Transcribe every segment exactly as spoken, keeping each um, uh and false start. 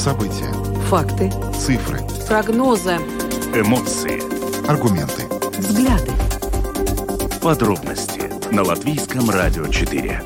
События. Факты. Цифры. Прогнозы. Эмоции. Аргументы. Взгляды. Подробности на Латвийском радио четыре.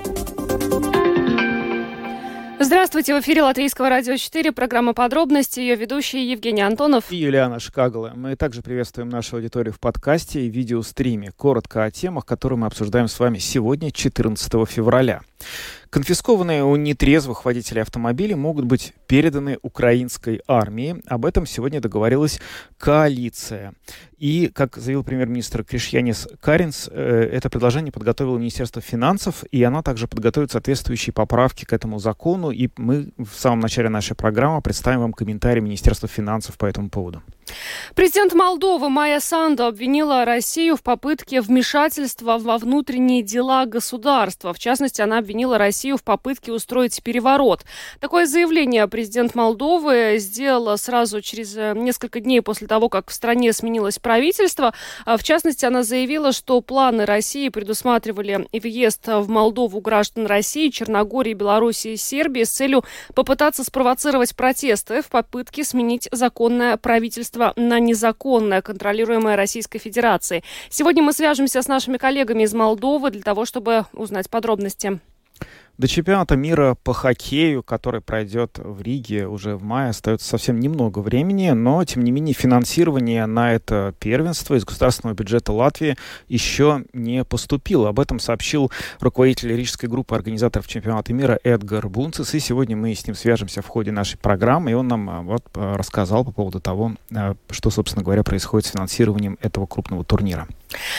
Здравствуйте, в эфире Латвийского радио четыре, программа «Подробности», ее ведущие Евгений Антонов и Юлиана Шкагала. Мы также приветствуем нашу аудиторию в подкасте и видеостриме. Коротко о темах, которые мы обсуждаем с вами сегодня, четырнадцатого февраля. Конфискованные у нетрезвых водителей автомобилей могут быть переданы украинской армии. Об этом сегодня договорилась коалиция. И, как заявил премьер-министр Кришьянис Каринс, это предложение подготовило Министерство финансов, и оно также подготовит соответствующие поправки к этому закону. И мы в самом начале нашей программы представим вам комментарий Министерства финансов по этому поводу. Президент Молдовы Майя Санду обвинила Россию в попытке вмешательства во внутренние дела государства. В частности, она обвинила Россию в попытке устроить переворот. Такое заявление президент Молдовы сделала сразу через несколько дней после того, как в стране сменилось правительство. В частности, она заявила, что планы России предусматривали въезд в Молдову граждан России, Черногории, Белоруссии и Сербии с целью попытаться спровоцировать протесты в попытке сменить законное правительство на незаконное, контролируемое Российской Федерацией. Сегодня мы свяжемся с нашими коллегами из Молдовы для того, чтобы узнать подробности. До чемпионата мира по хоккею, который пройдет в Риге уже в мае, остается совсем немного времени, но, тем не менее, финансирование на это первенство из государственного бюджета Латвии еще не поступило. Об этом сообщил руководитель рижской группы организаторов чемпионата мира Эдгар Бунцис, и сегодня мы с ним свяжемся в ходе нашей программы, и он нам вот рассказал по поводу того, что, собственно говоря, происходит с финансированием этого крупного турнира.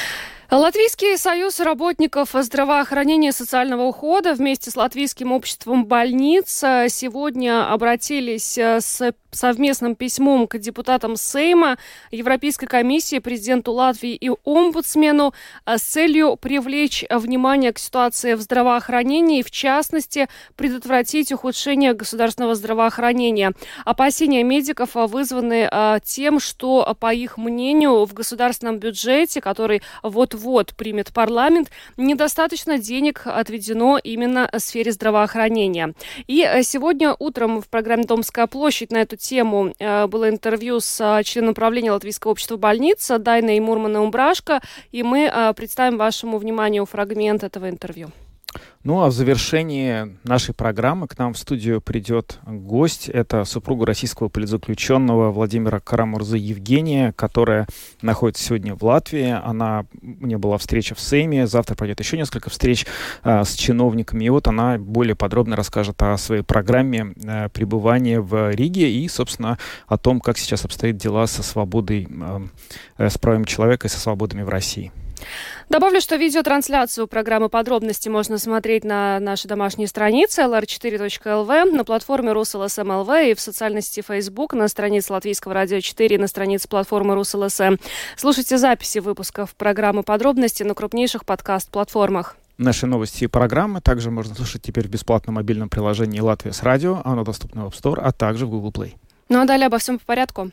Латвийский союз работников здравоохранения и социального ухода вместе с Латвийским обществом больниц сегодня обратились с совместным письмом к депутатам Сейма, Европейской комиссии, президенту Латвии и омбудсмену с целью привлечь внимание к ситуации в здравоохранении и, в частности, предотвратить ухудшение государственного здравоохранения. Опасения медиков вызваны тем, что, по их мнению, в государственном бюджете, который вот-вот примет парламент, недостаточно денег отведено именно сфере здравоохранения. И сегодня утром в программе «Домская площадь» на эту тему было интервью с членом правления Латвийского общества больниц Дайной Мурманой-Умбрашко, и мы представим вашему вниманию фрагмент этого интервью. Ну, а в завершении нашей программы к нам в студию придет гость. Это супруга российского политзаключенного Владимира Карамурзы Евгения, которая находится сегодня в Латвии. Она, у нее была встреча в Сейме, завтра пройдет еще несколько встреч а, с чиновниками. И вот она более подробно расскажет о своей программе а, пребывания в Риге и, собственно, о том, как сейчас обстоят дела со свободой, а, с правами человека и со свободами в России. Добавлю, что видеотрансляцию программы «Подробности» можно смотреть на нашей домашней странице эл эр четыре точка эл ви, на платформе РусЛСМ эл ви и в социальной сети Facebook, на странице Латвийского радио четыре и на странице платформы РусЛСМ. Слушайте записи выпусков программы «Подробности» на крупнейших подкаст-платформах. Наши новости и программы также можно слушать теперь в бесплатном мобильном приложении «Латвия с радио». Оно доступно в App Store, а также в Google Play. Ну а далее обо всем по порядку.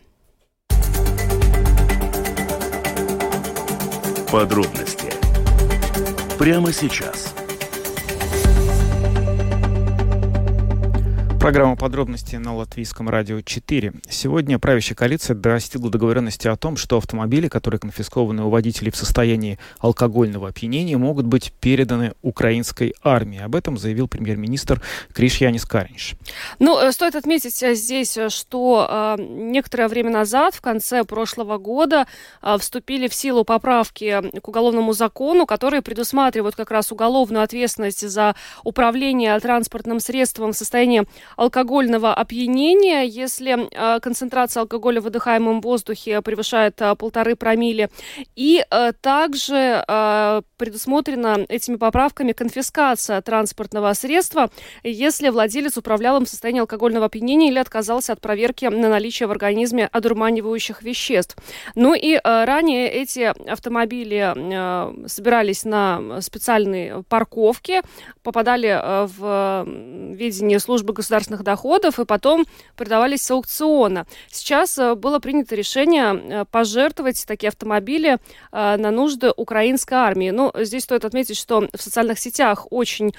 Подробности прямо сейчас. Программа «Подробности» на Латвийском радио четыре. Сегодня правящая коалиция достигла договоренности о том, что автомобили, которые конфискованы у водителей в состоянии алкогольного опьянения, могут быть переданы украинской армии. Об этом заявил премьер-министр Кришьянис Каринс. Ну, стоит отметить здесь, что э, некоторое время назад, в конце прошлого года, э, вступили в силу поправки к уголовному закону, которые предусматривают как раз уголовную ответственность за управление транспортным средством в состоянии алкогольного опьянения, если э, концентрация алкоголя в выдыхаемом воздухе превышает э, полторы промилле. И э, также э, предусмотрена этими поправками конфискация транспортного средства, если владелец управлял им в состоянии алкогольного опьянения или отказался от проверки на наличие в организме одурманивающих веществ. Ну и э, ранее эти автомобили э, собирались на специальные парковки, попадали э, в ведение службы государственных доходов и потом продавались с аукциона. Сейчас было принято решение пожертвовать такие автомобили на нужды украинской армии. Ну, здесь стоит отметить, что в социальных сетях очень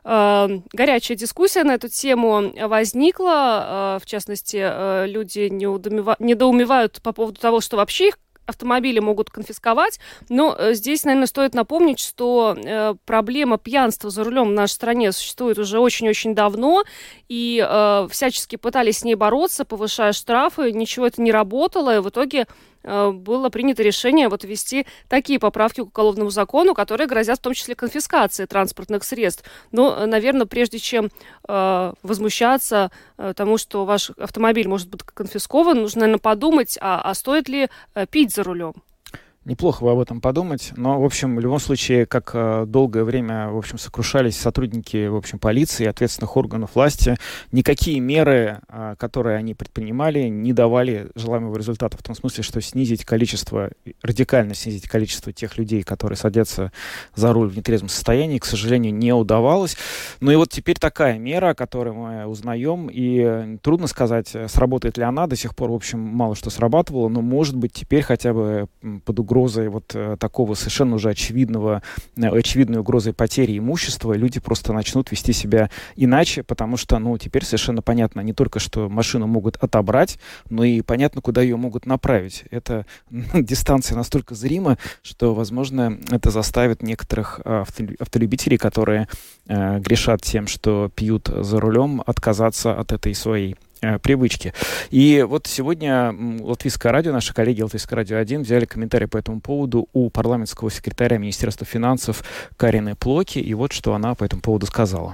горячая дискуссия на эту тему возникла. В частности, люди недоумевают по поводу того, что вообще их автомобили могут конфисковать, но здесь, наверное, стоит напомнить, что э, проблема пьянства за рулем в нашей стране существует уже очень-очень давно, и э, всячески пытались с ней бороться, повышая штрафы, ничего это не работало, и в итоге э, было принято решение вот ввести такие поправки к уголовному закону, которые грозят в том числе конфискацией транспортных средств. Но, наверное, прежде чем э, возмущаться э, тому, что ваш автомобиль может быть конфискован, нужно, наверное, подумать, а, а стоит ли э, пить за рулем. Неплохо бы об этом подумать, но, в общем, в любом случае, как э, долгое время, в общем, сокрушались сотрудники, в общем, полиции и ответственных органов власти, никакие меры, э, которые они предпринимали, не давали желаемого результата, в том смысле, что снизить количество, радикально снизить количество тех людей, которые садятся за руль в нетрезвом состоянии, к сожалению, не удавалось. Ну и вот теперь такая мера, которую мы узнаем, и трудно сказать, сработает ли она, до сих пор, в общем, мало что срабатывало, но, может быть, теперь хотя бы под угрозой угрозой вот э, такого совершенно уже очевидного, э, очевидной угрозой потери имущества, люди просто начнут вести себя иначе, потому что, ну, теперь совершенно понятно не только, что машину могут отобрать, но и понятно, куда ее могут направить. Это ну, дистанция настолько зрима, что, возможно, это заставит некоторых э, автолюбителей, которые э, грешат тем, что пьют за рулем, отказаться от этой своей привычки. И вот сегодня Латвийское радио, наши коллеги Латвийское радио один взяли комментарий по этому поводу у парламентского секретаря Министерства финансов Карины Плоки, и вот что она по этому поводу сказала.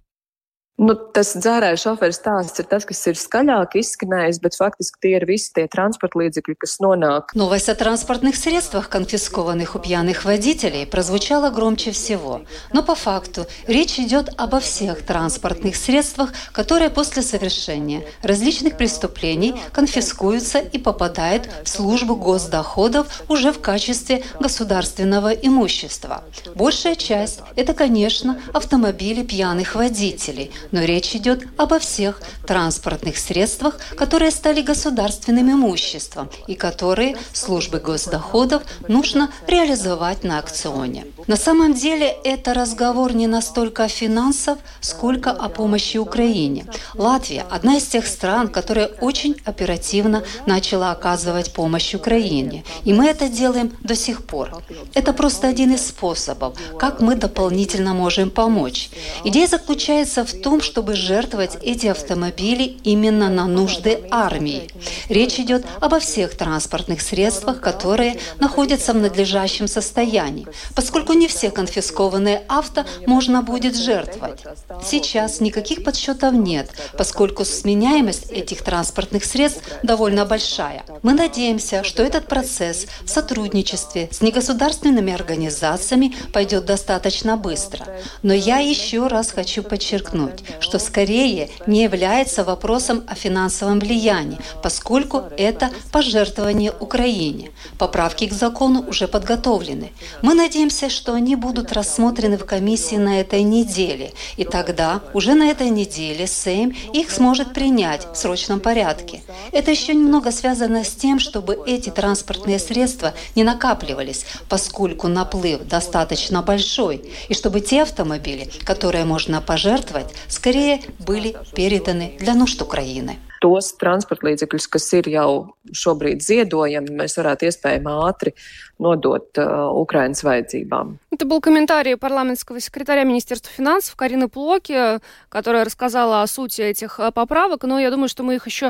Nu, tas dzērāju šoferis stāsts ir tas, kas ir skaļāk izskanējis, bet faktiski tie ir visi tie transporta līdzekļi, kas nonāk. Новость о транспортных средствах, конфискованных у пьяных водителей, прозвучала громче всего. Но по факту речь идет обо всех транспортных средствах, которые после совершения различных преступлений конфискуются и попадают в службу госдоходов уже в качестве государственного имущества. Большая часть – это, конечно, автомобили пьяных водителей, но речь идет обо всех транспортных средствах, которые стали государственным имуществом и которые службы госдоходов нужно реализовать на аукционе. На самом деле это разговор не настолько о финансах, сколько о помощи Украине. Латвия – одна из тех стран, которая очень оперативно начала оказывать помощь Украине. И мы это делаем до сих пор. Это просто один из способов, как мы дополнительно можем помочь. Идея заключается в том, чтобы жертвовать эти автомобили именно на нужды армии. Речь идет обо всех транспортных средствах, которые находятся в надлежащем состоянии, поскольку не все конфискованные авто можно будет жертвовать. Сейчас никаких подсчетов нет, поскольку сменяемость этих транспортных средств довольно большая. Мы надеемся, что этот процесс в сотрудничестве с негосударственными организациями пойдет достаточно быстро. Но я еще раз хочу подчеркнуть, что скорее не является вопросом о финансовом влиянии, поскольку это пожертвование Украине. Поправки к закону уже подготовлены. Мы надеемся, что они будут рассмотрены в комиссии на этой неделе, и тогда уже на этой неделе Сейм их сможет принять в срочном порядке. Это еще немного связано с тем, чтобы эти транспортные средства не накапливались, поскольку наплыв достаточно большой, и чтобы те автомобили, которые можно пожертвовать, скорее были переданы для нужд Украины. Tos transporta līdzekļus, kas ir jau šobrīd ziedojami, mēs varētu iespējami ātri нодот Украиnas vajadzībām. Это был комментарий парламентского секретаря Министерства финансов Карины Плоки, которая рассказала о сути этих поправок, но я думаю, что мы их еще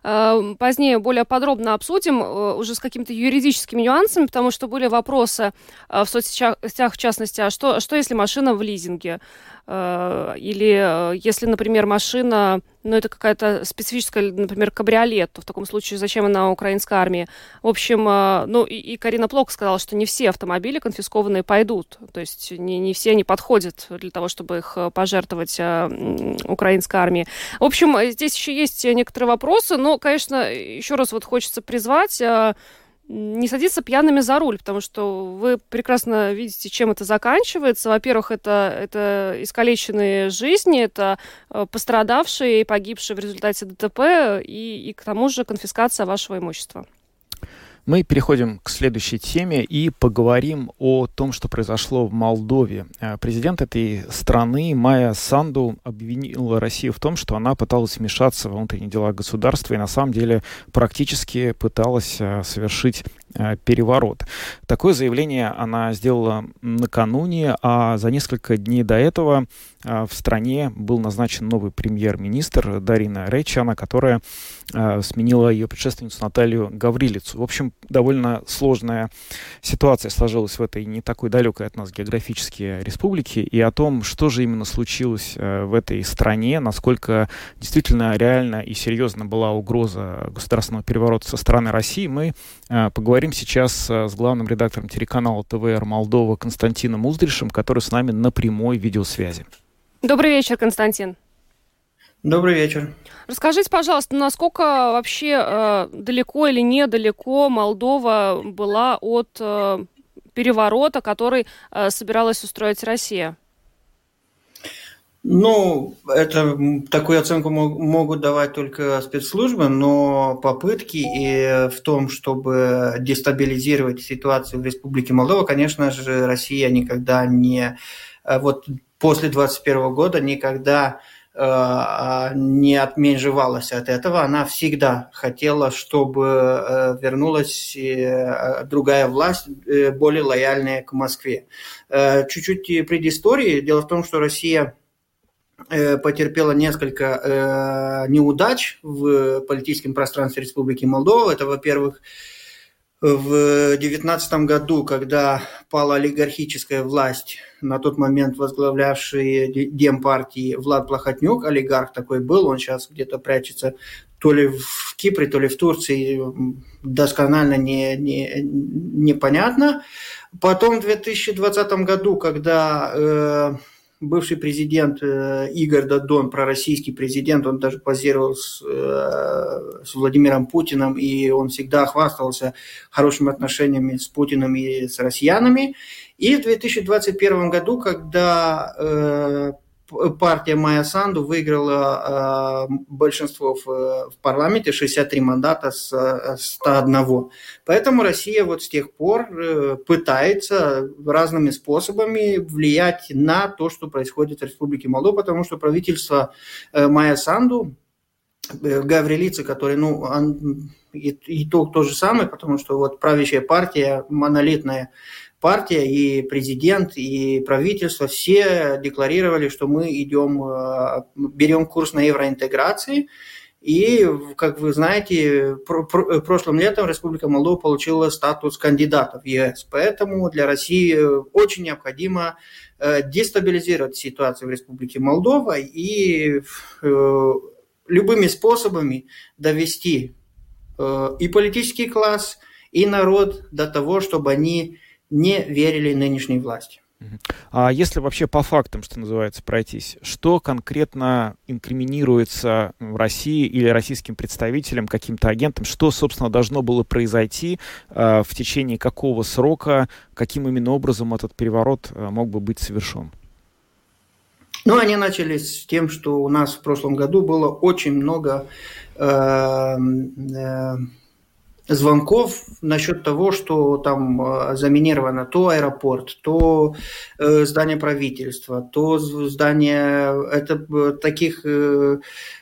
э, позднее более подробно обсудим, э, уже с какими-то юридическими нюансами, потому что были вопросы э, в соцсетях, в частности, а что, что если машина в лизинге? Э, или э, если, например, машина, ну, это какая-то специфическая, например, кабриолет, то в таком случае зачем она украинской армии? В общем, э, ну, и, и Карина Плока сказала, что не все автомобили конфискованные пойдут. То есть не, не все они подходят для того, чтобы их пожертвовать э, украинской армии. В общем, здесь еще есть некоторые вопросы, но, конечно, еще раз вот хочется призвать э, не садиться пьяными за руль, потому что вы прекрасно видите, чем это заканчивается. Во-первых, это, это искалеченные жизни, это э, пострадавшие и погибшие в результате ДТП, и, и к тому же конфискация вашего имущества. Мы переходим к следующей теме и поговорим о том, что произошло в Молдове. Президент этой страны Майя Санду обвинила Россию в том, что она пыталась вмешаться во внутренние дела государства и на самом деле практически пыталась совершить переворот. Такое заявление она сделала накануне, а за несколько дней до этого в стране был назначен новый премьер-министр Дарина Речана, которая сменила ее предшественницу Наталью Гаврилицу. В общем, довольно сложная ситуация сложилась в этой не такой далекой от нас географической республике, и о том, что же именно случилось в этой стране, насколько действительно реально и серьезно была угроза государственного переворота со стороны России, мы поговорим сейчас с главным редактором телеканала ТВР Молдова Константином Уздришем, который с нами на прямой видеосвязи. Добрый вечер, Константин. Добрый вечер. Расскажите, пожалуйста, насколько вообще э, далеко или недалеко Молдова была от э, переворота, который э, собиралась устроить Россия? Ну, это такую оценку мог, могут давать только спецслужбы, но попытки и в том, чтобы дестабилизировать ситуацию в Республике Молдова, конечно же, Россия никогда не... Вот после двадцать первого года никогда э, не отменжевалась от этого. Она всегда хотела, чтобы э, вернулась э, другая власть, э, более лояльная к Москве. Э, чуть-чуть предыстории. Дело в том, что Россия потерпела несколько э, неудач в политическом пространстве Республики Молдова. Это, во-первых, в девятнадцатом году, когда пала олигархическая власть, на тот момент возглавлявший Демпартии Влад Плохотнюк, олигарх такой был, он сейчас где-то прячется то ли в Кипре, то ли в Турции, досконально не, не, непонятно. Потом в две тысячи двадцатом году, когда... Э, бывший президент э, Игорь Додон, пророссийский президент, он даже позировал с, э, с Владимиром Путиным, и он всегда хвастался хорошими отношениями с Путиным и с россиянами. И в две тысячи двадцать первом году, когда э, партия Майя Санду выиграла э, большинство в, в парламенте, шестьдесят три мандата с ста одного. Поэтому Россия вот с тех пор э, пытается разными способами влиять на то, что происходит в Республике Молдова, потому что правительство э, Майя Санду, э, Гаврилицы, который, ну, он, и, итог тот же самый, потому что вот правящая партия, монолитная партия, и президент, и правительство все декларировали, что мы идем, берем курс на евроинтеграции. И, как вы знаете, прошлым летом Республика Молдова получила статус кандидата в ЕС. Поэтому для России очень необходимо дестабилизировать ситуацию в Республике Молдова и любыми способами довести и политический класс, и народ до того, чтобы они не верили нынешней власти. А если вообще по фактам, что называется, пройтись, что конкретно инкриминируется в России или российским представителям, каким-то агентам, что, собственно, должно было произойти, э, в течение какого срока, каким именно образом этот переворот э, мог бы быть совершен? Ну, они начали с тем, что у нас в прошлом году было очень много э, э, звонков насчет того, что там заминировано то аэропорт, то э, здание правительства, то здание... Это таких э,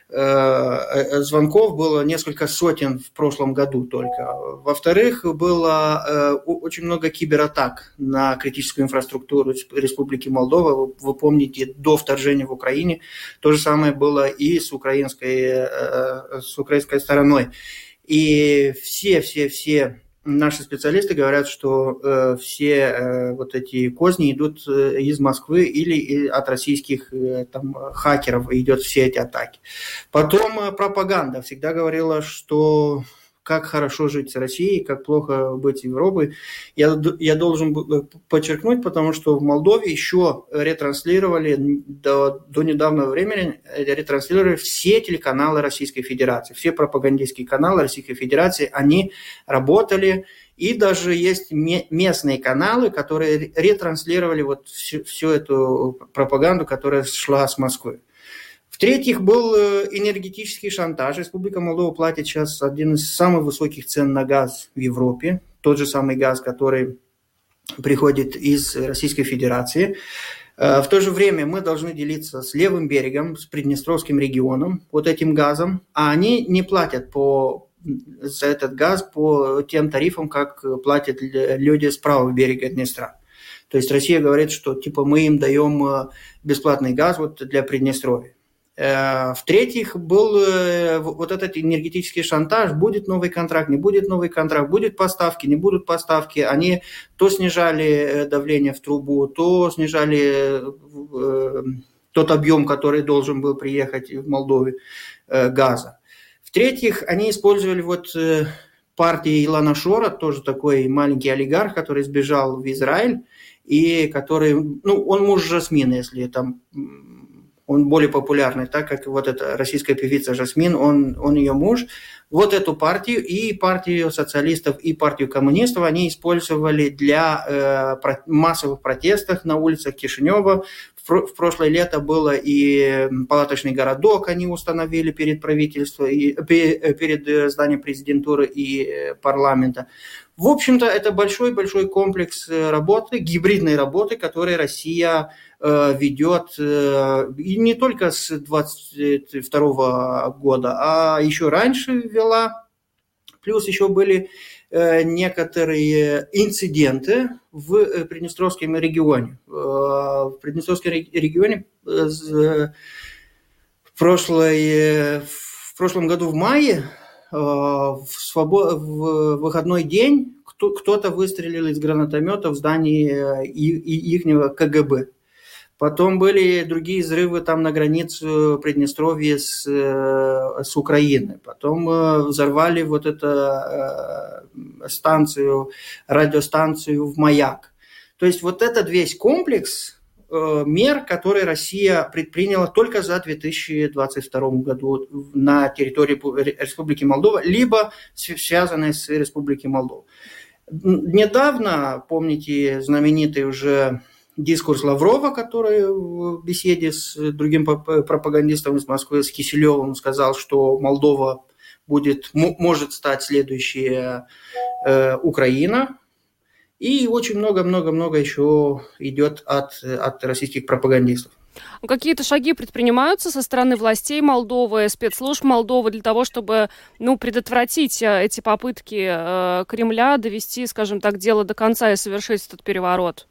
э, звонков было несколько сотен в прошлом году только. Во-вторых, было э, очень много кибератак на критическую инфраструктуру Республики Молдова. Вы, вы помните, до вторжения в Украине то же самое было и с украинской, э, с украинской стороной. И все-все-все наши специалисты говорят, что э, все э, вот эти козни идут э, из Москвы или от российских э, там, хакеров идет все эти атаки. Потом э, пропаганда всегда говорила, что как хорошо жить с Россией, как плохо быть в Европе. Я, я должен подчеркнуть, потому что в Молдове еще ретранслировали, до, до недавнего времени ретранслировали все телеканалы Российской Федерации, все пропагандистские каналы Российской Федерации, они работали, и даже есть местные каналы, которые ретранслировали вот всю, всю эту пропаганду, которая шла с Москвы. В-третьих, был энергетический шантаж. Республика Молдова платит сейчас один из самых высоких цен на газ в Европе. Тот же самый газ, который приходит из Российской Федерации. В то же время мы должны делиться с левым берегом, с Приднестровским регионом, вот этим газом, а они не платят по, за этот газ по тем тарифам, как платят люди с правого берега Днестра. То есть Россия говорит, что типа мы им даем бесплатный газ вот для Приднестровья. В-третьих, был вот этот энергетический шантаж, будет новый контракт, не будет новый контракт, будет поставки, не будут поставки. Они то снижали давление в трубу, то снижали тот объем, который должен был приехать в Молдове газа. В-третьих, они использовали вот партию Илана Шора, тоже такой маленький олигарх, который сбежал в Израиль, и который, ну, он муж Жасмина, если там... Он более популярный, так как вот эта российская певица Жасмин, он, он ее муж. Вот эту партию и партию социалистов, и партию коммунистов они использовали для э, массовых протестов на улицах Кишинева. В, в прошлое лето было и палаточный городок они установили перед правительством, и, перед зданием президентуры и парламента. В общем-то, это большой-большой комплекс работы, гибридной работы, которую Россия э, ведет э, и не только с двадцать второго года, а еще раньше вела. Плюс еще были э, некоторые инциденты в э, Приднестровском регионе. Э, в Приднестровском регионе э, в, прошлой, э, в прошлом году в мае В, свобод... в выходной день кто-то выстрелил из гранатомета в здании ихнего ка гэ бэ. Потом были другие взрывы там на границу Приднестровья с, с Украиной. Потом взорвали вот эту станцию, радиостанцию в Маяк. То есть вот этот весь комплекс мер, которые Россия предприняла только за две тысячи двадцать втором году на территории Республики Молдова, либо связанные с Республикой Молдова. Недавно, помните, знаменитый уже дискурс Лаврова, который в беседе с другим пропагандистом из Москвы, с Киселевым, сказал, что Молдова будет, может стать следующая э, Украина. И очень много-много-много еще идет от, от российских пропагандистов. Какие-то шаги предпринимаются со стороны властей Молдовы, спецслужб Молдовы для того, чтобы, ну, предотвратить эти попытки э, Кремля довести, скажем так, дело до конца и совершить этот переворот?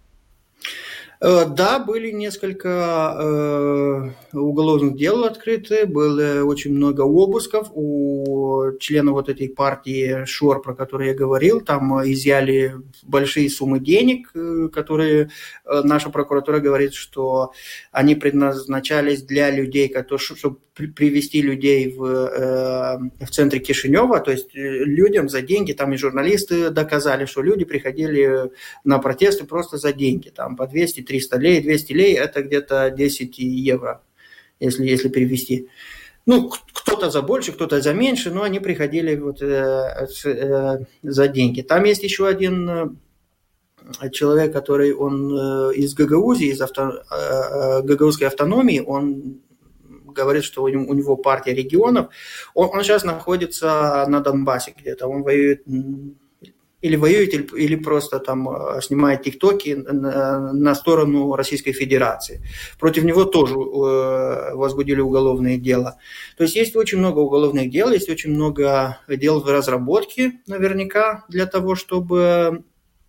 Да, были несколько э, уголовных дел открыты, было очень много обысков у членов вот этой партии Шор, про которую я говорил. Там изъяли большие суммы денег, которые э, наша прокуратура говорит, что они предназначались для людей, которые, чтобы привести людей в, э, в центре Кишинева, то есть людям за деньги, там и журналисты доказали, что люди приходили на протесты просто за деньги, там по двести-триста лей, двести лей, это где-то десять евро, если, если перевести. Ну, кто-то за больше, кто-то за меньше, но они приходили вот, э, э, за деньги. Там есть еще один человек, который он э, из Гагаузии, из авто, э, гагаузской автономии, он говорит, что у него партия регионов. Он, он сейчас находится на Донбассе где-то. Он воюет, или воюет, или, или просто там снимает тиктоки на, на сторону Российской Федерации. Против него тоже э, возбудили уголовное дело. То есть есть очень много уголовных дел, есть очень много дел в разработке, наверняка, для того, чтобы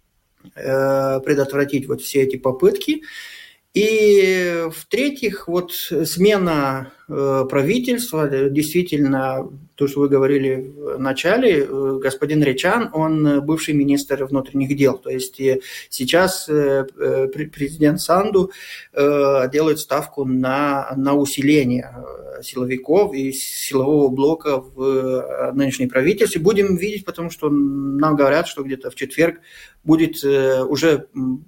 э, предотвратить вот все эти попытки. И в-третьих, вот смена э, правительства, действительно, то, что вы говорили в начале, э, господин Речан, он бывший министр внутренних дел, то есть э, сейчас э, президент Санду э, делает ставку на, на усиление силовиков и силового блока в нынешнем правительстве. Будем видеть, потому что нам говорят, что где-то в четверг будет э, уже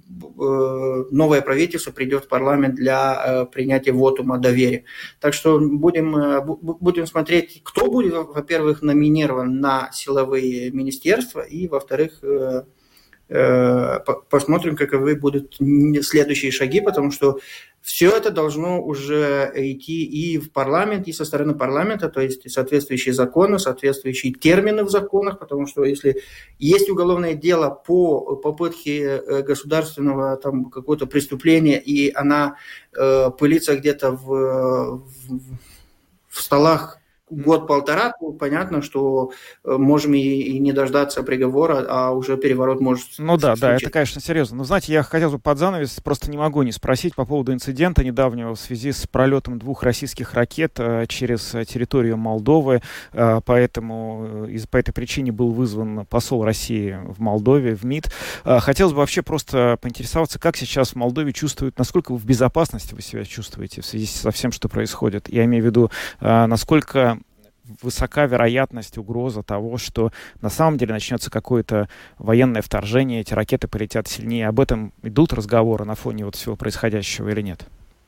э, новое правительство придет в парламент для э, принятия вотума доверия. Так что будем, э, будем смотреть, кто будет, во-первых, номинирован на силовые министерства, и, во-вторых, э, э, посмотрим, каковы будут следующие шаги, потому что Все это должно уже идти и в парламент, и со стороны парламента, то есть соответствующие законы, соответствующие термины в законах, потому что если есть уголовное дело по попытке государственного там какого-то преступления, и она э, пылится где-то в, в, в столах год-полтора, то понятно, что можем и, и не дождаться приговора, а уже переворот может Ну да, случиться. да, это, конечно, серьезно. Но, знаете, я хотел бы под занавес, просто не могу не спросить по поводу инцидента недавнего в связи с пролетом двух российских ракет э, через территорию Молдовы. Э, поэтому из, по этой причине был вызван посол России в Молдове, в МИД. Э, хотелось бы вообще просто поинтересоваться, как сейчас в Молдове чувствуют, насколько вы в безопасности вы себя чувствуете в связи со всем, что происходит. Я имею в виду, э, насколько высока вероятность, угроза того, что на самом деле начнется какое-то военное вторжение, эти ракеты полетят сильнее. Об этом идут разговоры на фоне вот всего происходящего или нет?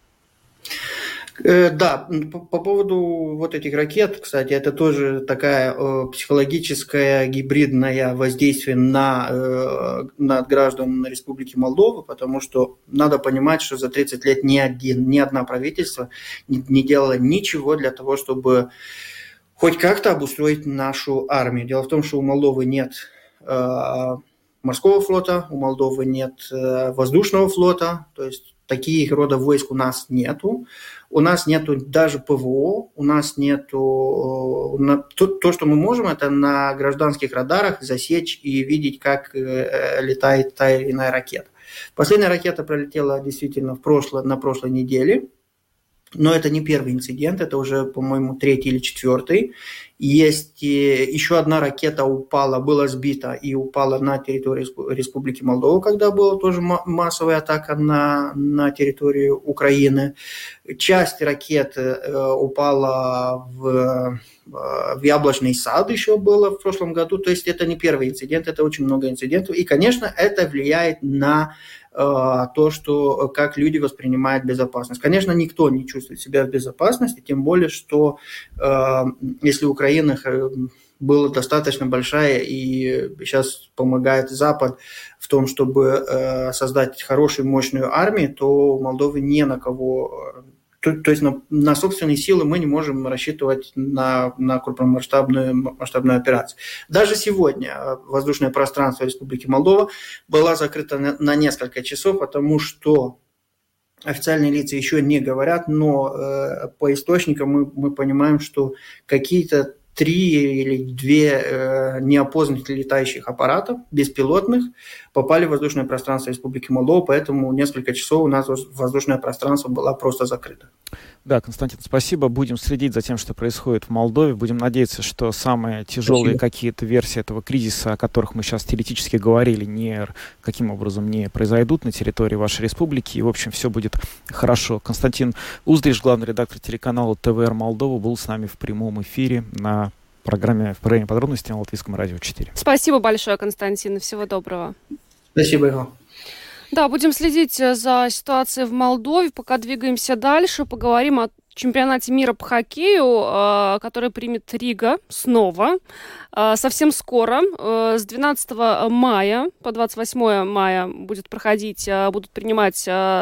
Э, да, по, по поводу вот этих ракет, кстати, это тоже такая э, психологическое гибридное воздействие на, э, на граждан Республики Молдова, потому что надо понимать, что за тридцать лет ни, один, ни одна правительство не, не делало ничего для того, чтобы хоть как-то обустроить нашу армию. Дело в том, что у Молдовы нет э, морского флота, у Молдовы нет э, воздушного флота, то есть таких рода войск у нас нету. У нас нету даже ПВО, у нас нету... Э, то, то, что мы можем, это на гражданских радарах засечь и видеть, как э, летает та или иная ракета. Последняя ракета пролетела действительно в прошло, на прошлой неделе. Но это не первый инцидент, это уже, по-моему, третий или четвертый. Есть еще одна ракета упала, была сбита и упала на территории Республики Молдова, когда была тоже массовая атака на, на территорию Украины. Часть ракет упала в, в Яблочный сад, еще было в прошлом году. То есть это не первый инцидент, это очень много инцидентов. И, конечно, это влияет на то, что, как люди воспринимают безопасность. Конечно, никто не чувствует себя в безопасности, тем более, что э, если Украина была достаточно большая и сейчас помогает Запад в том, чтобы э, создать хорошую, мощную армию, то у Молдовы не на кого... То, то есть на, на собственные силы мы не можем рассчитывать на, на крупномасштабную масштабную операцию. Даже сегодня воздушное пространство Республики Молдова было закрыто на, на несколько часов, потому что официальные лица еще не говорят, но э, по источникам мы, мы понимаем, что какие-то три или две э, неопознанных летающих аппаратов, беспилотных, попали в воздушное пространство Республики Молдова, поэтому несколько часов у нас воздушное пространство было просто закрыто. Да, Константин, спасибо. Будем следить за тем, что происходит в Молдове. Будем надеяться, что самые тяжелые спасибо. Какие-то версии этого кризиса, о которых мы сейчас теоретически говорили, не, каким образом не произойдут на территории вашей республики. И, в общем, все будет хорошо. Константин Уздриш, главный редактор телеканала ТВР Молдова, был с нами в прямом эфире на программе «В программе подробностей» на Латвийском радио четыре. Спасибо большое, Константин. Всего доброго. Спасибо, Иван. Да, будем следить за ситуацией в Молдове. Пока двигаемся дальше, поговорим о чемпионате мира по хоккею, который примет Рига снова. Совсем скоро, с двенадцатого мая по двадцать восьмое мая будет проходить, будут принимать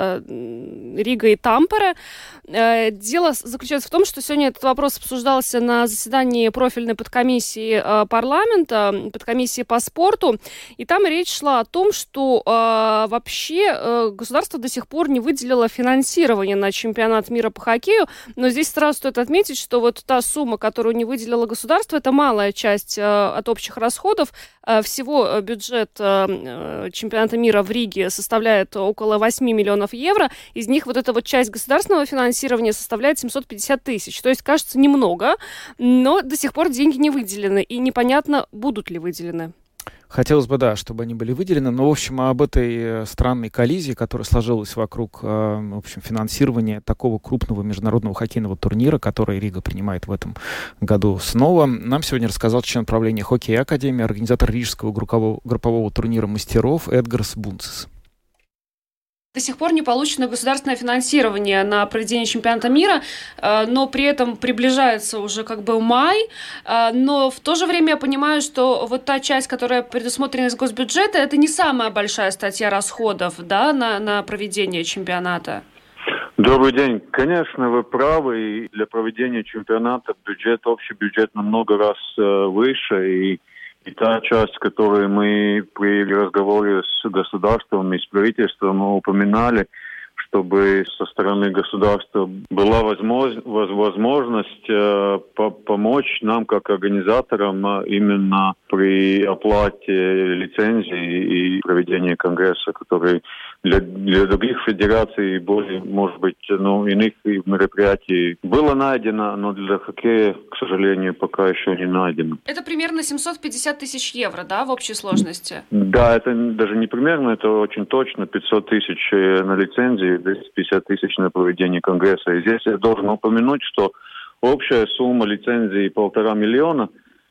Рига и Тампере. Дело заключается в том, что сегодня этот вопрос обсуждался на заседании профильной подкомиссии парламента, подкомиссии по спорту, и там речь шла о том, что вообще государство до сих пор не выделило финансирование на чемпионат мира по хоккею, но здесь сразу стоит отметить, что вот та сумма, которую не выделило государство, это малая часть от общих расходов. Всего бюджет чемпионата мира в Риге составляет около восемь миллионов евро. Из них вот эта вот часть государственного финансирования составляет семьсот пятьдесят тысяч. То есть, кажется, немного, но до сих пор деньги не выделены. И непонятно, будут ли выделены. Хотелось бы, да, чтобы они были выделены, но, в общем, об этой странной коллизии, которая сложилась вокруг, в общем, финансирования такого крупного международного хоккейного турнира, который Рига принимает в этом году снова, нам сегодня рассказал член правления Хоккей Академии, организатор рижского группового, группового турнира мастеров Эдгарс Бунцис. До сих пор не получено государственное финансирование на проведение чемпионата мира, но при этом приближается уже как бы май. Но в то же время я понимаю, что вот та часть, которая предусмотрена из госбюджета, это не самая большая статья расходов, да, на, на проведение чемпионата. Добрый день. Конечно, вы правы. И для проведения чемпионата бюджет, общий бюджет намного раз э, выше. И, и та часть, которую мы при разговоре с государством и с правительством упоминали, чтобы со стороны государства была возможность, возможность э, по помочь нам, как организаторам, э, именно при оплате лицензии и проведении конгресса, который для, для других федераций, более, может быть, ну, иных мероприятий было найдено, но для хоккея, к сожалению, пока еще не найдено. Это примерно семьсот пятьдесят тысяч евро, да, в общей сложности? Да, это даже не примерно, это очень точно. пятьсот тысяч на лицензии, двести пятьдесят тысяч на проведение конгресса. И здесь я должен упомянуть, что общая сумма лицензии полтора миллиона.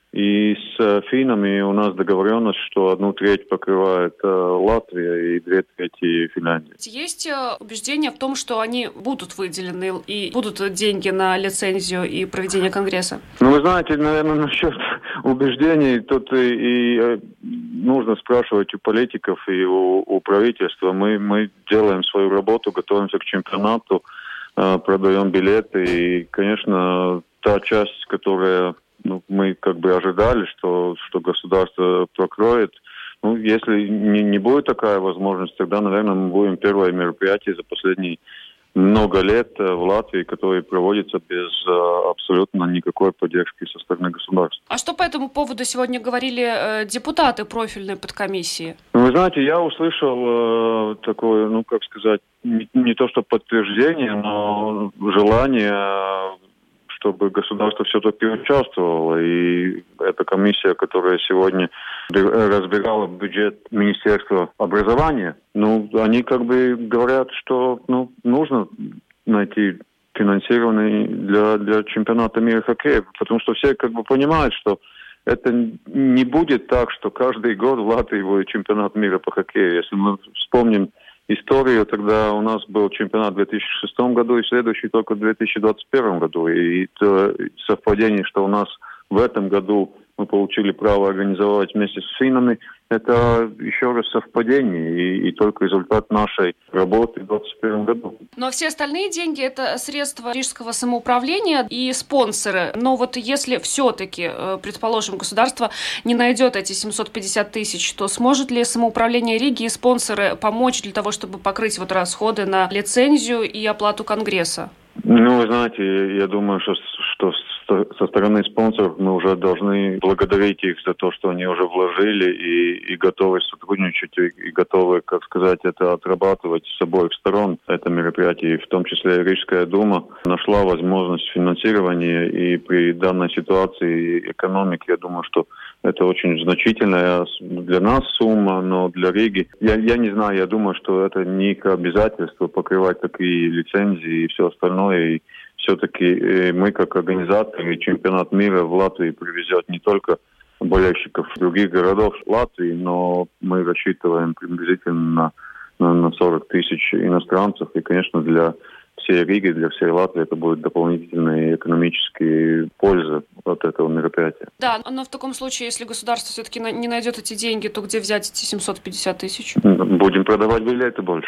И с финнами у нас договоренность, что одну треть покрывает э, Латвия и две трети Финляндия. Есть убеждение в том, что они будут выделены и будут деньги на лицензию и проведение конгресса? Ну, вы знаете, наверное, насчет убеждений тут и, и нужно спрашивать у политиков и у, у правительства. Мы, мы делаем свою работу, готовимся к чемпионату, э, продаем билеты. И, конечно, та часть, которая... Ну, мы как бы ожидали, что, что государство покроет. Ну, если не, не будет такая возможность, тогда, наверное, мы будем первое мероприятие за последние много лет в Латвии, которое проводится без а, абсолютно никакой поддержки со стороны государства. А что по этому поводу сегодня говорили э, депутаты профильной подкомиссии? Вы знаете, я услышал э, такое, ну, как сказать, не, не то что подтверждение, но желание... чтобы государство все-таки участвовало. И эта комиссия, которая сегодня разбирала бюджет Министерства образования, ну, они как бы говорят, что ну, нужно найти финансирование для, для чемпионата мира хоккея, потому что все как бы понимают, что это не будет так, что каждый год в Латвии будет чемпионат мира по хоккею. Если мы вспомним историю, тогда у нас был чемпионат в две тысячи шестом году и следующий только в две тысячи двадцать первом году. И то совпадение, что у нас в этом году мы получили право организовать вместе с финнами, это еще раз совпадение и, и только результат нашей работы в двадцать первом году. Но все остальные деньги – это средства рижского самоуправления и спонсоры. Но вот если все-таки, предположим, государство не найдет эти семьсот пятьдесят тысяч, то сможет ли самоуправление Риги и спонсоры помочь для того, чтобы покрыть вот расходы на лицензию и оплату конгресса? Ну, вы знаете, я думаю, что, что со стороны спонсоров мы уже должны благодарить их за то, что они уже вложили и, и готовы сотрудничать, и, и готовы, как сказать, это отрабатывать с обоих сторон. Это мероприятие, в том числе Рижская дума, нашла возможность финансирования, и при данной ситуации экономики, я думаю, что это очень значительная для нас сумма, но для Риги, я, я не знаю, я думаю, что это не к обязательству покрывать такие лицензии и все остальное. И все-таки мы, как организаторы, чемпионат мира в Латвии привезет не только болельщиков других городов Латвии, но мы рассчитываем приблизительно на, на сорок тысяч иностранцев. И, конечно, для всей Риги, для всей Латвии это будет дополнительная экономическая польза от этого мероприятия. Да, но в таком случае, если государство все-таки не найдет эти деньги, то где взять эти семьсот пятьдесят тысяч? Будем продавать билеты больше.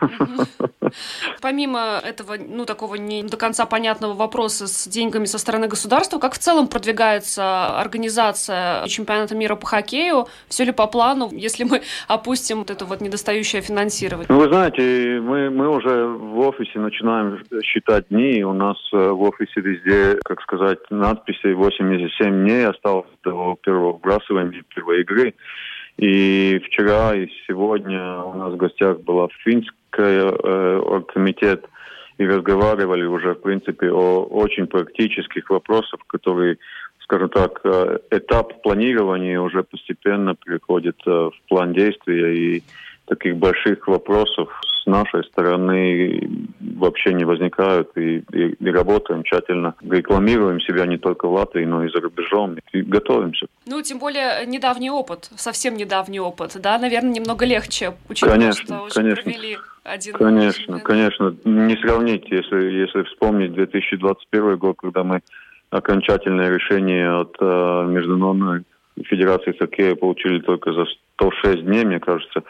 Помимо этого, ну, такого не до конца понятного вопроса с деньгами со стороны государства, как в целом продвигается организация чемпионата мира по хоккею? Все ли по плану, если мы опустим вот это вот недостающее финансирование? Ну, вы знаете, мы, мы уже в офисе начинаем считать дни. У нас в офисе везде, как сказать, надписи восемьдесят семь дней осталось до первого вбрасывания первой игры. И вчера и сегодня у нас в гостях была финская э, оргкомитет, и разговаривали уже, в принципе, о очень практических вопросах, которые, скажем так, этап планирования уже постепенно переходит в план действия, и таких больших вопросов с нашей стороны вообще не возникают, и, и, и работаем тщательно, рекламируем себя не только в Латвии, но и за рубежом, и готовимся. Ну, тем более недавний опыт, совсем недавний опыт, да, наверное, немного легче, учитывая, конечно, что уже конечно. провели один... Конечно, конечно, не сравнить, если, если вспомнить две тысячи двадцать первый год, когда мы окончательное решение от э, Международной Федерации хоккея получили только за сто шесть дней, мне кажется.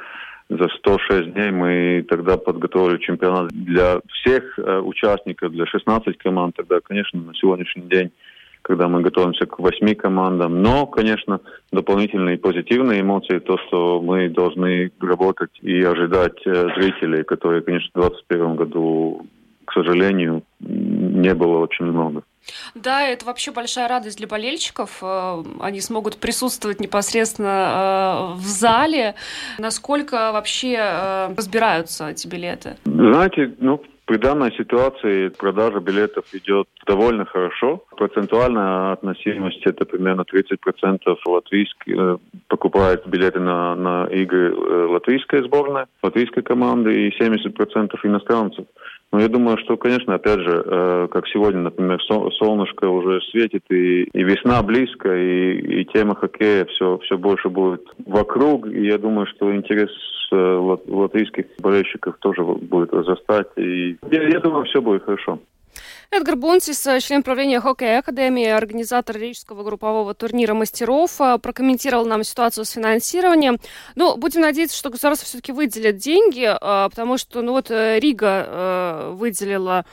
за сто шесть дней мы тогда подготовили чемпионат для всех э, участников, для шестнадцати команд. Тогда, конечно, на сегодняшний день, когда мы готовимся к восьми командам. Но, конечно, дополнительные позитивные эмоции, то, что мы должны работать и ожидать э, зрителей, которые, конечно, в двадцать первом году, к сожалению, не было очень много. Да, это вообще большая радость для болельщиков. Они смогут присутствовать непосредственно в зале. Насколько вообще разбираются эти билеты? Знаете, ну, при данной ситуации продажа билетов идет довольно хорошо. Процентуальная относимость это примерно тридцать процентов латвийских покупает билеты на, на игры латвийской сборной, латвийской команды, и семьдесят процентов иностранцев. Но я думаю, что, конечно, опять же, э, как сегодня, например, сол- солнышко уже светит, и, и весна близко, и, и тема хоккея все, все больше будет вокруг. И я думаю, что интерес э, лат- латвийских болельщиков тоже будет возрастать. И я, я думаю, все будет хорошо. Эдгар Бунцис, член правления Хоккей Академии, организатор рижского группового турнира мастеров, прокомментировал нам ситуацию с финансированием. Ну, будем надеяться, что государство все-таки выделит деньги, потому что, ну вот, Рига выделила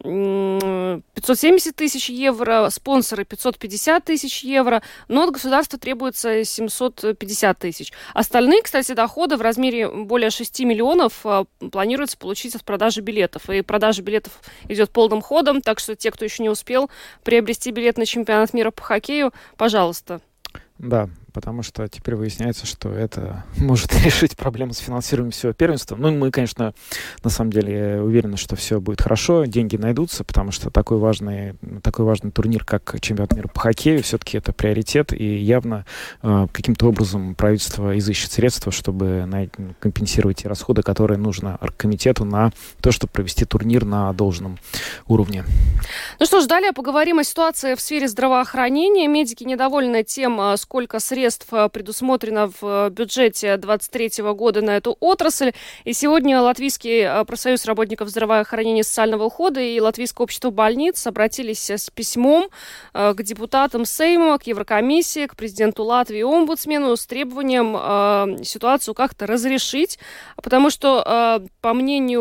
пятьсот семьдесят тысяч евро, спонсоры пятьсот пятьдесят тысяч евро, но от государства требуется семьсот пятьдесят тысяч. Остальные, кстати, доходы в размере более шести миллионов планируется получить от продажи билетов. И продажа билетов идет полным ходом, так что те, кто еще не успел приобрести билет на чемпионат мира по хоккею, пожалуйста. Да, потому что теперь выясняется, что это может решить проблему с финансированием всего первенства. Ну, мы, конечно, на самом деле уверены, что все будет хорошо, деньги найдутся, потому что такой важный, такой важный турнир, как чемпионат мира по хоккею, все-таки это приоритет, и явно э, каким-то образом правительство изыщет средства, чтобы на, компенсировать те расходы, которые нужно оргкомитету на то, чтобы провести турнир на должном уровне. Ну что ж, далее поговорим о ситуации в сфере здравоохранения. Медики недовольны тем, сколько средств предусмотрено в бюджете двадцать третьего года на эту отрасль. И сегодня Латвийский профсоюз работников здравоохранения и социального ухода и Латвийское общество больниц обратились с письмом к депутатам Сейма, к Еврокомиссии, к президенту Латвии и омбудсмену с требованием ситуацию как-то разрешить. Потому что, по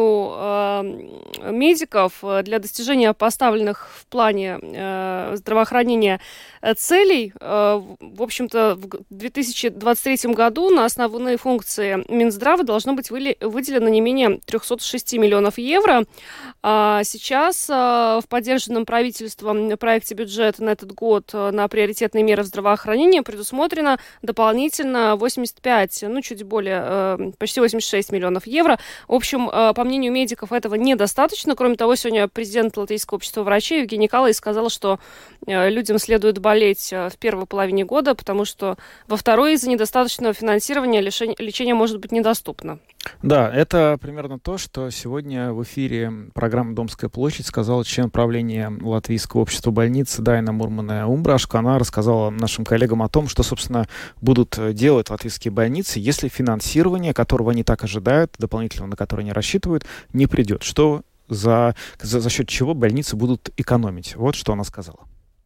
мнению медиков, для достижения поставленных в плане здравоохранения целей, в общем-то, в две тысячи двадцать третьем году на основные функции Минздрава должно быть выделено не менее триста шесть миллионов евро. А сейчас в поддержанном правительством проекте бюджета на этот год на приоритетные меры в здравоохранении предусмотрено дополнительно восемьдесят пять, ну, чуть более, почти восемьдесят шесть миллионов евро. В общем, по мнению медиков, этого недостаточно. Кроме того, сегодня президент Латвийского общества врачей Евгений Калай сказал, что людям следует болеть в первой половине года, потому что во второй из-за недостаточного финансирования лечение, лечение может быть недоступно. Да, это примерно то, что сегодня в эфире программы «Домская площадь» сказал член правления Латвийского общества больниц Дайна Мурмане-Умбрашко. Она рассказала нашим коллегам о том, что, собственно, будут делать латвийские больницы, если финансирование, которого они так ожидают, дополнительного, на которое они рассчитывают, не придет. Что за, за, за счет чего больницы будут экономить. Вот что она сказала.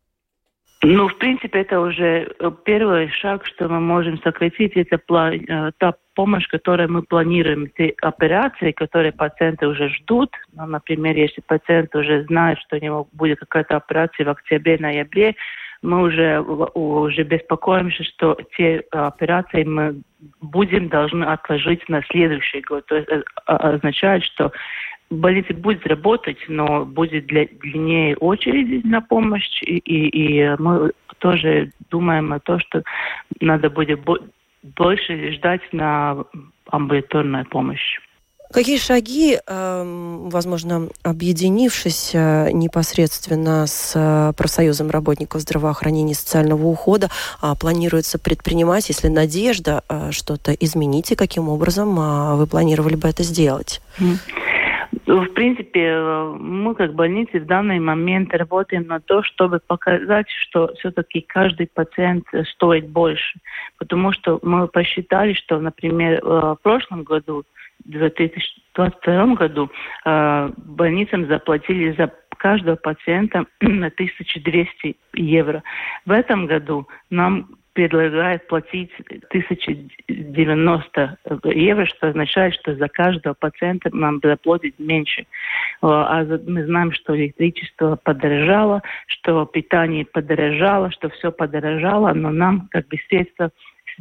Ну, в принципе, это уже первый шаг, что мы можем сократить. Это план, та помощь, которую мы планируем, те операции, которые пациенты уже ждут. Ну, например, если пациент уже знает, что у него будет какая-то операция в октябре-ноябре, мы уже, уже беспокоимся, что те операции мы будем должны отложить на следующий год. То есть это означает, что больница будет работать, но будет для, длиннее очереди на помощь, и, и, и мы тоже думаем о том, что надо будет бо- больше ждать на амбулаторную помощь. Какие шаги, возможно, объединившись непосредственно с профсоюзом работников здравоохранения и социального ухода, планируется предпринимать, если надежда что-то изменить, и каким образом вы планировали бы это сделать? В принципе, мы как больницы в данный момент работаем на то, чтобы показать, что все-таки каждый пациент стоит больше. Потому что мы посчитали, что, например, в прошлом году, в две тысячи двадцать втором году, больницам заплатили за каждого пациента на тысячу двести евро. В этом году нам предлагает платить тысяча девяносто евро, что означает, что за каждого пациента нам заплатить меньше. А мы знаем, что электричество подорожало, что питание подорожало, что все подорожало, но нам как бы средства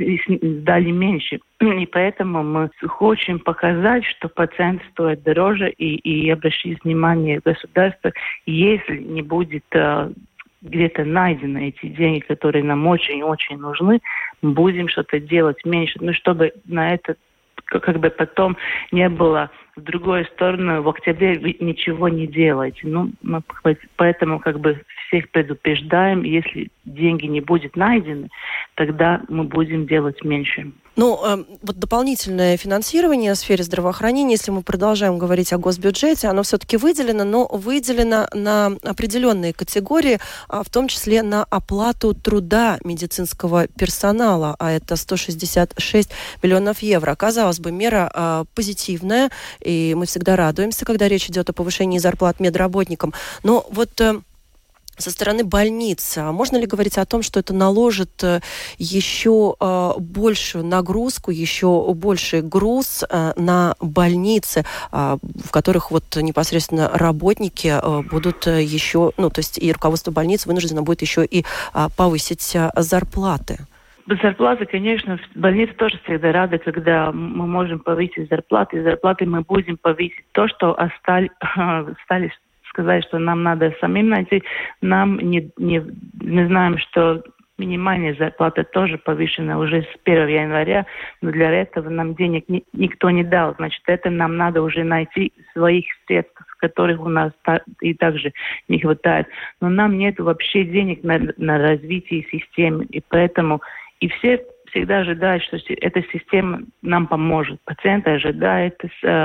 дали меньше. И поэтому мы хотим показать, что пациент стоит дороже, и, и обращать внимание государства, если не будет где-то найдены эти деньги, которые нам очень-очень нужны, мы будем что-то делать меньше. Ну, чтобы на это как бы потом не было в другую сторону, в октябре вы ничего не делаете. Ну, мы поэтому как бы всех предупреждаем, если деньги не будут найдены, тогда мы будем делать меньше. Ну, э, вот дополнительное финансирование в сфере здравоохранения, если мы продолжаем говорить о госбюджете, оно все-таки выделено, но выделено на определенные категории, в том числе на оплату труда медицинского персонала, а это сто шестьдесят шесть миллионов евро. Казалось бы, мера э, позитивная, и мы всегда радуемся, когда речь идет о повышении зарплат медработникам. Но вот... Э, со стороны больниц, можно ли говорить о том, что это наложит еще большую нагрузку, еще больший груз на больницы, в которых вот непосредственно работники будут еще, ну, то есть и руководство больниц вынуждено будет еще и повысить зарплаты? Зарплаты, конечно, больницы тоже всегда рады, когда мы можем повысить зарплаты. Зарплаты мы будем повысить то, что остались, остались сказать, что нам надо самим найти. Нам не, не, мы знаем, что минимальная зарплата тоже повышена уже с первого января, но для этого нам денег ни, никто не дал. Значит, это нам надо уже найти своих средств, которых у нас та, и также не хватает. Но нам нет вообще денег на, на развитие системы, и поэтому и все всегда ожидают, что эта система нам поможет. Пациенты ожидают,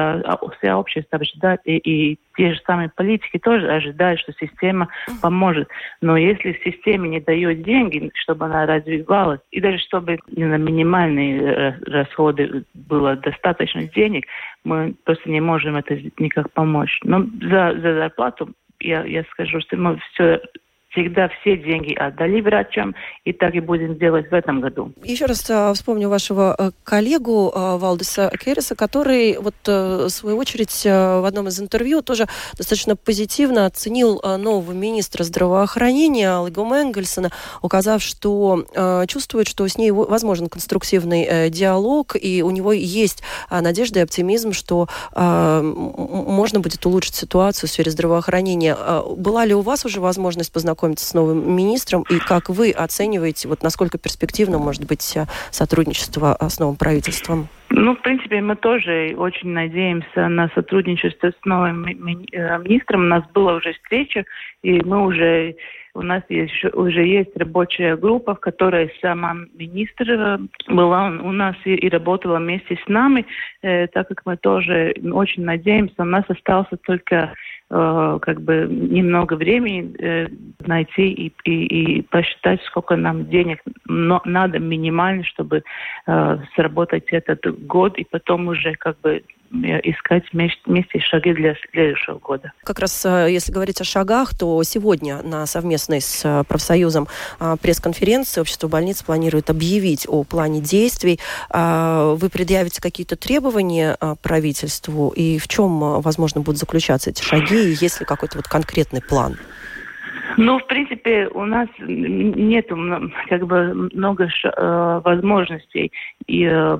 все общество ожидает, и, и те же самые политики тоже ожидают, что система поможет. Но если системе не дает деньги, чтобы она развивалась, и даже чтобы на минимальные расходы было достаточно денег, мы просто не можем это никак помочь. Но за, за зарплату я, я скажу, что мы все... всегда все деньги отдали врачам, и так и будем делать в этом году. Еще раз а, вспомню вашего а, коллегу а, Валдиса Кереса, который, вот, а, в свою очередь, а, в одном из интервью тоже достаточно позитивно оценил а, нового министра здравоохранения Алгу Менгельсона, указав, что а, чувствует, что с ней возможен конструктивный а, диалог, и у него есть а, надежда и оптимизм, что а, можно будет улучшить ситуацию в сфере здравоохранения. А, была ли у вас уже возможность познакомиться с новым министром, и как вы оцениваете, вот насколько перспективно может быть сотрудничество с новым правительством? Ну, в принципе, мы тоже очень надеемся на сотрудничество с новым ми- министром. У нас была уже встреча, и мы уже, у нас есть, уже есть рабочая группа, в которой сама министр была у нас и, и работала вместе с нами, э, так как мы тоже очень надеемся. У нас остался только э, как бы немного времени э, найти и, и, и посчитать, сколько нам денег но, надо минимально, чтобы э, сработать этот год, и потом уже как бы искать вместе, вместе шаги для следующего года. Как раз, если говорить о шагах, то сегодня на совместной с профсоюзом пресс-конференции Общество больниц планирует объявить о плане действий. Вы предъявите какие-то требования правительству, и в чем, возможно, будут заключаться эти шаги, и есть ли какой-то вот конкретный план? Ну, в принципе, у нас нет как бы много ш- возможностей, и,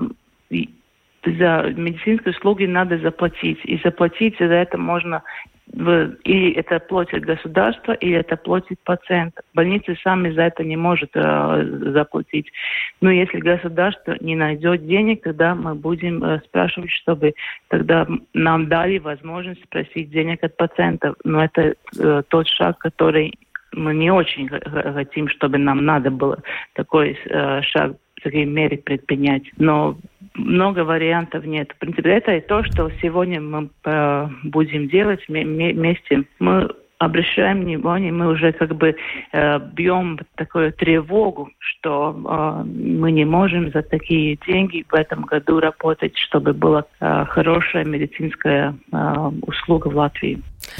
и за медицинские услуги надо заплатить. И заплатить за это можно, в, или это платит государство, или это платит пациент. Больницы сами за это не могут э, заплатить. Но если государство не найдет денег, тогда мы будем э, спрашивать, чтобы тогда нам дали возможность спросить денег от пациентов. Но это э, тот шаг, который мы не очень хотим, чтобы нам надо было такой э, шаг, такие меры предпринять. Но много вариантов нет. В принципе, это и то, что сегодня мы э, будем делать вместе. Мы обращаем внимание, мы уже как бы э, бьем такую тревогу, что э, мы не можем за такие деньги в этом году работать, чтобы была э, хорошая медицинская э, услуга в Латвии.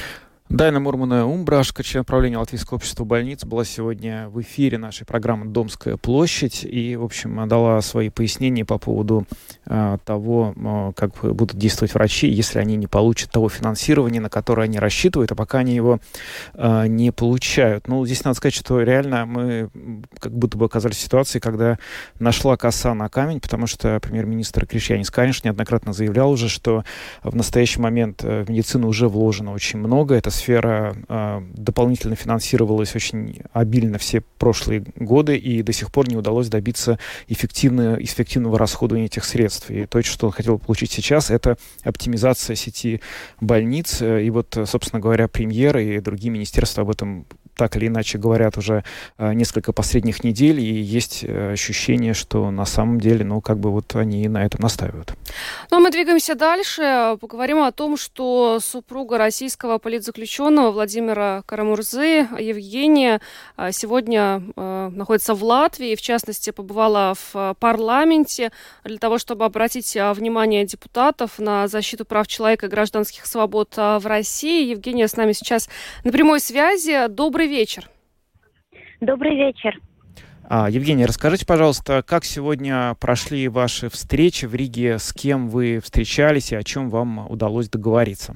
Дайна Мурмана-Умбрашка, член правления Латвийского общества больниц, была сегодня в эфире нашей программы «Домская площадь» и, в общем, дала свои пояснения по поводу э, того, э, как будут действовать врачи, если они не получат того финансирования, на которое они рассчитывают, а пока они его э, не получают. Ну, здесь надо сказать, что реально мы как будто бы оказались в ситуации, когда нашла коса на камень, потому что премьер-министр Кришьянис Каринш неоднократно заявлял уже, что в настоящий момент в медицину уже вложено очень много. Эта сфера э, дополнительно финансировалась очень обильно все прошлые годы, и до сих пор не удалось добиться эффективно, эффективного расходования этих средств. И то, что он хотел получить сейчас, это оптимизация сети больниц. И вот, собственно говоря, премьер и другие министерства об этом так или иначе говорят уже э, несколько последних недель, и есть э, ощущение, что на самом деле, ну, как бы вот они на этом настаивают. Ну, а мы двигаемся дальше. Поговорим о том, что супруга российского политзаключенного Владимира Карамурзы, Евгения, сегодня э, находится в Латвии, в частности, побывала в парламенте для того, чтобы обратить внимание депутатов на защиту прав человека и гражданских свобод в России. Евгения с нами сейчас на прямой связи. Добрый вечер. Добрый вечер. А, Евгения, расскажите, пожалуйста, как сегодня прошли ваши встречи в Риге, с кем вы встречались и о чем вам удалось договориться?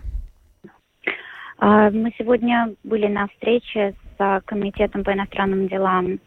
Мы сегодня были на встрече с Комитетом по иностранным делам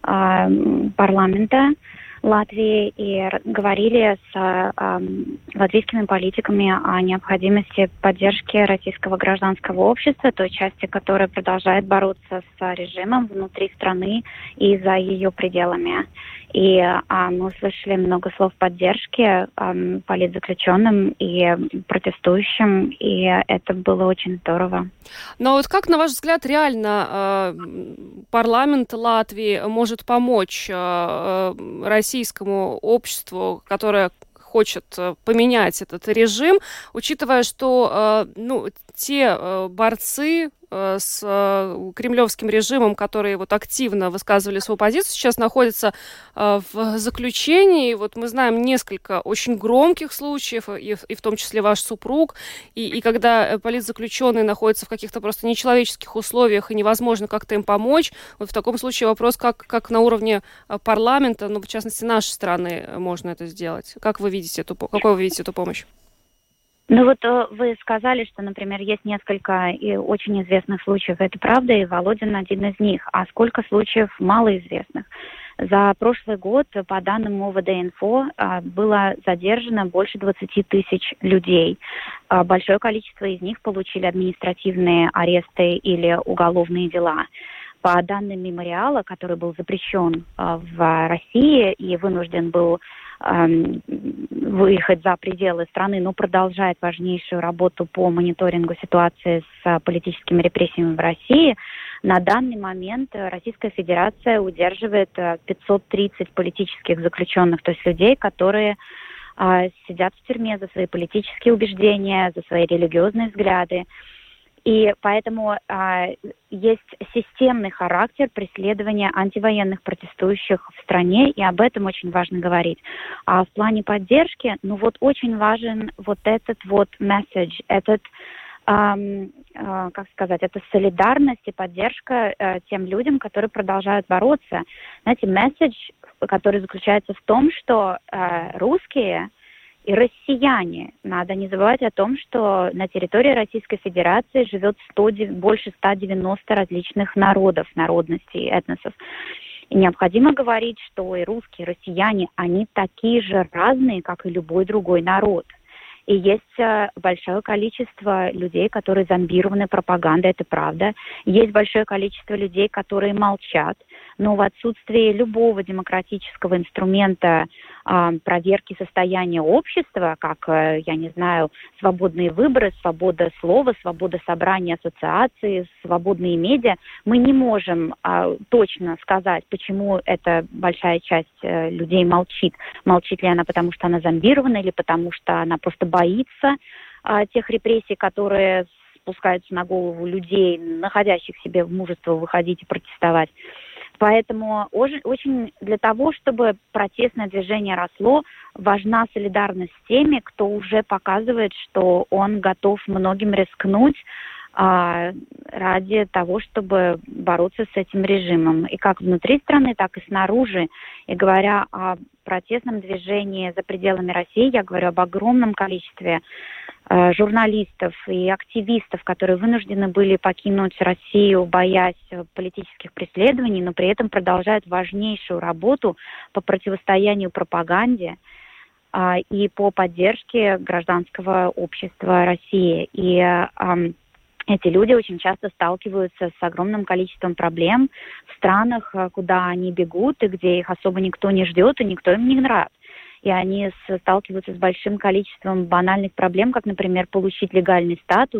парламента Латвии и говорили с э, латвийскими политиками о необходимости поддержки российского гражданского общества, той части, которая продолжает бороться с режимом внутри страны и за ее пределами. И э, мы услышали много слов поддержки э, политзаключенным и протестующим, и это было очень здорово. Но вот как, на ваш взгляд, реально э, парламент Латвии может помочь э, российскому обществу, которое хочет поменять этот режим, учитывая, что э, ну, те э, борцы э, с э, кремлевским режимом, которые вот активно высказывали свою позицию, сейчас находятся э, в заключении. Вот мы знаем несколько очень громких случаев, и, и в том числе ваш супруг, и, и когда политзаключенные находятся в каких-то просто нечеловеческих условиях, и невозможно как-то им помочь, вот в таком случае вопрос, как, как на уровне парламента, ну, в частности, нашей страны можно это сделать. Как вы видите эту, какой вы видите эту помощь? Ну вот вы сказали, что, например, есть несколько и очень известных случаев. Это правда, и Володин один из них. А сколько случаев малоизвестных? За прошлый год, по данным ОВД-инфо, было задержано больше двадцати тысяч людей. Большое количество из них получили административные аресты или уголовные дела. По данным мемориала, который был запрещен в России и вынужден был выехать за пределы страны, но продолжает важнейшую работу по мониторингу ситуации с политическими репрессиями в России. На данный момент Российская Федерация удерживает пятьсот тридцать политических заключенных, то есть людей, которые а, сидят в тюрьме за свои политические убеждения, за свои религиозные взгляды. И поэтому а, есть системный характер преследования антивоенных протестующих в стране, и об этом очень важно говорить. А в плане поддержки, ну вот очень важен вот этот вот месседж, этот, эм, э, как сказать, это солидарность и поддержка э, тем людям, которые продолжают бороться. Знаете, месседж, который заключается в том, что э, русские и россияне. Надо не забывать о том, что на территории Российской Федерации живет сто, больше ста девяноста различных народов, народностей, этносов. И необходимо говорить, что и русские, и россияне, они такие же разные, как и любой другой народ. И есть большое количество людей, которые зомбированы пропагандой, это правда. Есть большое количество людей, которые молчат. Но в отсутствии любого демократического инструмента э, проверки состояния общества, как, э, я не знаю, свободные выборы, свобода слова, свобода собрания, ассоциации, свободные медиа, мы не можем э, точно сказать, почему эта большая часть э, людей молчит. Молчит ли она потому, что она зомбирована, или потому, что она просто боится э, тех репрессий, которые спускаются на голову людей, находящих в себе мужество выходить и протестовать. Поэтому очень для того, чтобы протестное движение росло, важна солидарность с теми, кто уже показывает, что он готов многим рискнуть а, ради того, чтобы бороться с этим режимом. И как внутри страны, так и снаружи. И говоря о протестном движении за пределами России, я говорю об огромном количестве э, журналистов и активистов, которые вынуждены были покинуть Россию, боясь политических преследований, но при этом продолжают важнейшую работу по противостоянию пропаганде э, и по поддержке гражданского общества России. И э, эти люди очень часто сталкиваются с огромным количеством проблем в странах, куда они бегут, и где их особо никто не ждет, и никто им не рад. И они сталкиваются с большим количеством банальных проблем, как, например, получить легальный статус,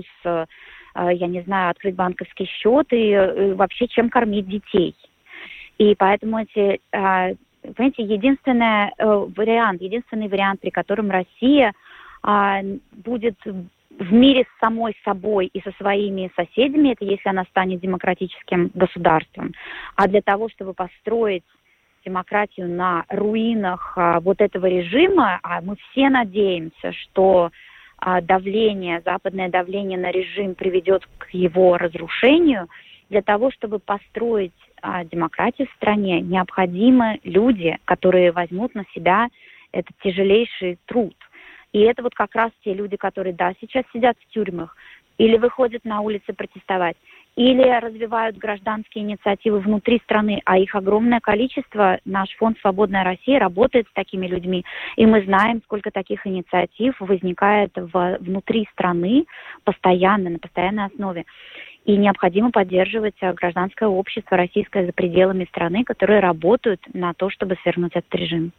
я не знаю, открыть банковский счет и вообще чем кормить детей. И поэтому эти, понимаете, единственный вариант, единственный вариант, при котором Россия будет в мире с самой собой и со своими соседями, это если она станет демократическим государством. А для того, чтобы построить демократию на руинах а, вот этого режима, а мы все надеемся, что а, давление, западное давление на режим приведет к его разрушению, для того, чтобы построить а, демократию в стране, необходимы люди, которые возьмут на себя этот тяжелейший труд. И это вот как раз те люди, которые, да, сейчас сидят в тюрьмах, или выходят на улицы протестовать, или развивают гражданские инициативы внутри страны, а их огромное количество. Наш фонд «Свободная Россия» работает с такими людьми, и мы знаем, сколько таких инициатив возникает в, внутри страны постоянно, на постоянной основе. И необходимо поддерживать гражданское общество российское за пределами страны, которые работают на то, чтобы свергнуть этот режим.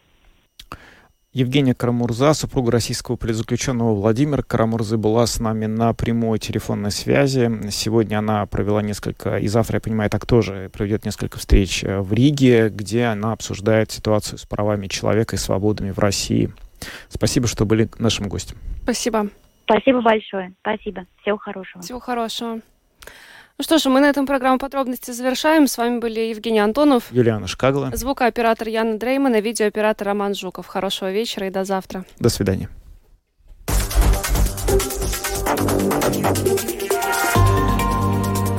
Евгения Карамурза, супруга российского политзаключенного Владимира Карамурзы, была с нами на прямой телефонной связи. Сегодня она провела несколько, и завтра, я понимаю, так тоже проведет несколько встреч в Риге, где она обсуждает ситуацию с правами человека и свободами в России. Спасибо, что были нашим гостем. Спасибо. Спасибо большое. Спасибо. Всего хорошего. Всего хорошего. Ну что ж, мы на этом программу «Подробности» завершаем. С вами были Евгений Антонов, Юлиана Шкагла, звукооператор Яна Дрейман и видеооператор Роман Жуков. Хорошего вечера и до завтра. До свидания.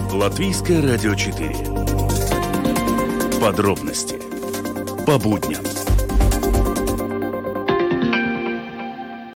Латвийское радио четыре. Подробности по будням.